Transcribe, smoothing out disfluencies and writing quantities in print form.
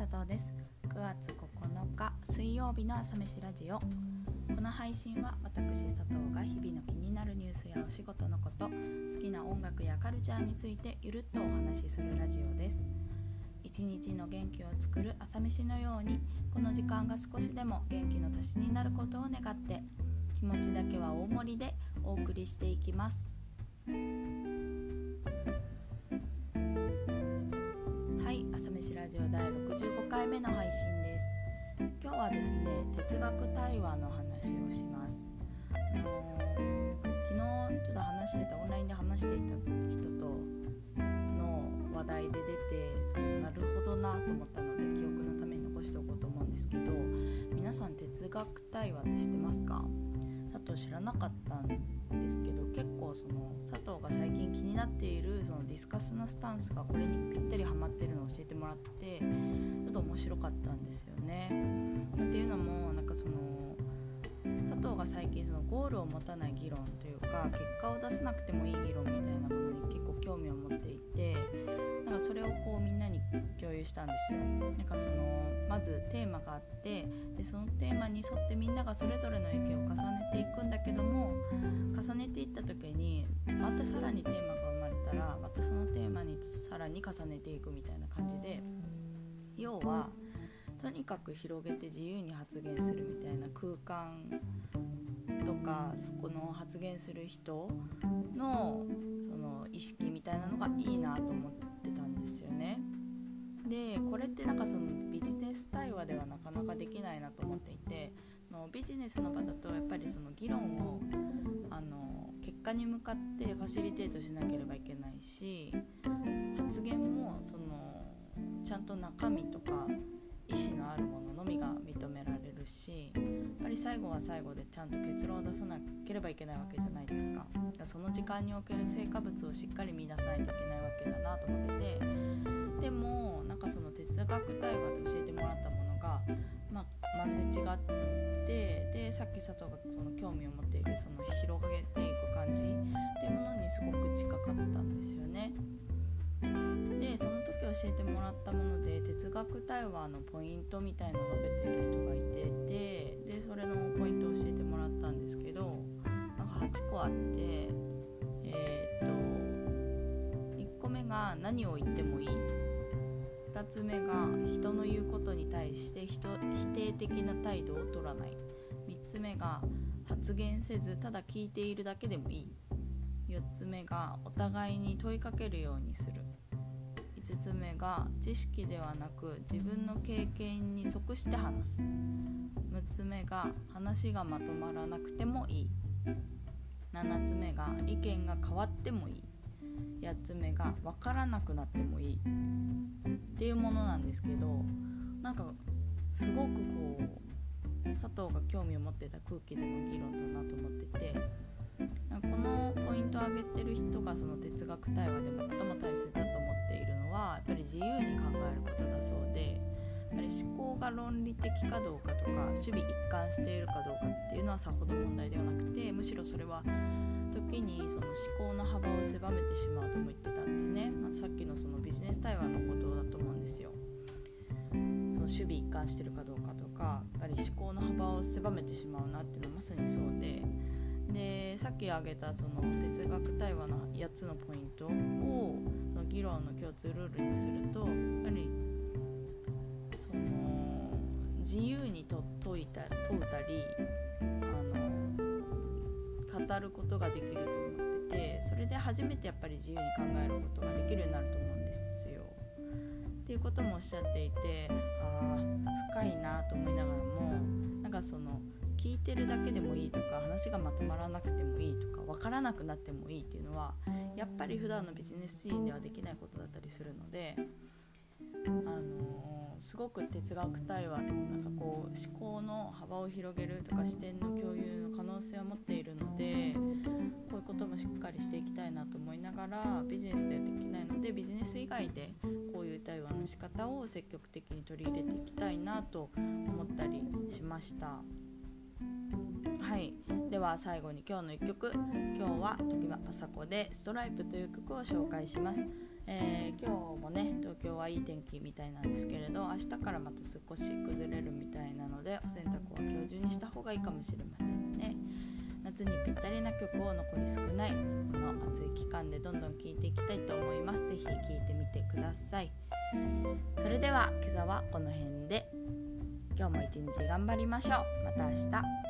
佐藤です。9月9日水曜日の朝飯ラジオ。この配信は私佐藤が日々の気になるニュースやお仕事のこと、好きな音楽やカルチャーについてゆるっとお話しするラジオです。一日の元気を作る朝飯のように、この時間が少しでも元気の足しになることを願って、気持ちだけは大盛りでお送りしていきます。朝飯ラジオ第65回目の配信です。今日はですね、哲学対話の話をします。昨日ちょっとオンラインで話していた人との話題で出て、なるほどなと思ったので記憶のために残しておこうと思うんですけど、皆さん哲学対話って知ってますか？佐藤知らなかったんですけど、結構佐藤が最近気になっているディスカスのスタンスがこれにぴったりハマってるのを教えてもらって、ちょっと面白かったんですよね。っていうのも佐藤が最近ゴールを持たない議論というか、結果を出さなくてもいい議論みたいなものに結構興味を持っていて、それをみんなに共有したんですよ。まずテーマがあって、でそのテーマに沿ってみんながそれぞれの意見を重ねていくんだけども、重ねていった時にまたさらにテーマが生まれたら、またそのテーマにさらに重ねていくみたいな感じで、要はとにかく広げて自由に発言するみたいな空間とか、そこの発言する人の意識みたいなのがいいなと思ってたんですよね。でこれってビジネス対話ではなかなかできないなと思っていて、ビジネスの場だとやっぱり議論を結果に向かってファシリテートしなければいけないし、発言もちゃんと中身とか意思のあるもののみが認められるし、やっぱり最後は最後でちゃんと結論を出さなければいけないわけじゃないですか。その時間における成果物をしっかり見出さないといけないわけだなと思ってて、でも哲学対話で教えてもらったものが、まるで違って、でさっき佐藤が興味を持っている広げていく感じっていうものにすごく近かったんですよね。でその時教えてもらったもので、哲学対話のポイントみたいなのを述べている人がいて、でそれのポイントを教えてもらったんですけど、8個あって、1個目が何を言ってもいい、2つ目が人の言うことに対して否定的な態度を取らない、3つ目が発言せずただ聞いているだけでもいい、4つ目がお互いに問いかけるようにする、5つ目が知識ではなく自分の経験に即して話す、6つ目が話がまとまらなくてもいい、7つ目が意見が変わってもいい、8つ目が分からなくなってもいいっていうものなんですけど、すごく佐藤が興味を持っていた空気での議論だなと思ってて、このポイントを挙げてる人が哲学対話で最も大切だと思っているのは、やっぱり自由に考えることだそうで、やっぱり思考が論理的かどうかとか守備一貫しているかどうかっていうのはさほど問題ではなくて、むしろそれは時に思考の幅を狭めてしまうとも言ってたんですね。さっきのビジネス対話のことだと思うんですよ。守備一貫してるかどうかとか、やっぱり思考の幅を狭めてしまうなっていうのはまさにそうで、さっき挙げた哲学対話の8つのポイントを議論の共通ルールにすると、やっぱり自由に問うたり語ることができると思ってて、それで初めてやっぱり自由に考えることができるようになると思うんですよっていうこともおっしゃっていて、深いなと思いながらも、聞いてるだけでもいいとか、話がまとまらなくてもいいとか、分からなくなってもいいっていうのはやっぱり普段のビジネスシーンではできないことだったりするので、すごく哲学対話思考の幅を広げるとか視点の共有の可能性を持っているので、こういうこともしっかりしていきたいなと思いながら、ビジネスではできないのでビジネス以外でこういう対話の仕方を積極的に取り入れていきたいなと思ったりしました。はい、では最後に今日の一曲、今日は常盤麻子でストライプという曲を紹介します。 今日もね東京はいい天気みたいなんですけれど、明日からまた少し崩れるみたいなので、お洗濯は今日中にした方がいいかもしれませんね。夏にぴったりな曲を残り少ないこの暑い期間でどんどん聴いていきたいと思います。ぜひ聴いてみてください。それでは今朝はこの辺で、今日も一日頑張りましょう。また明日。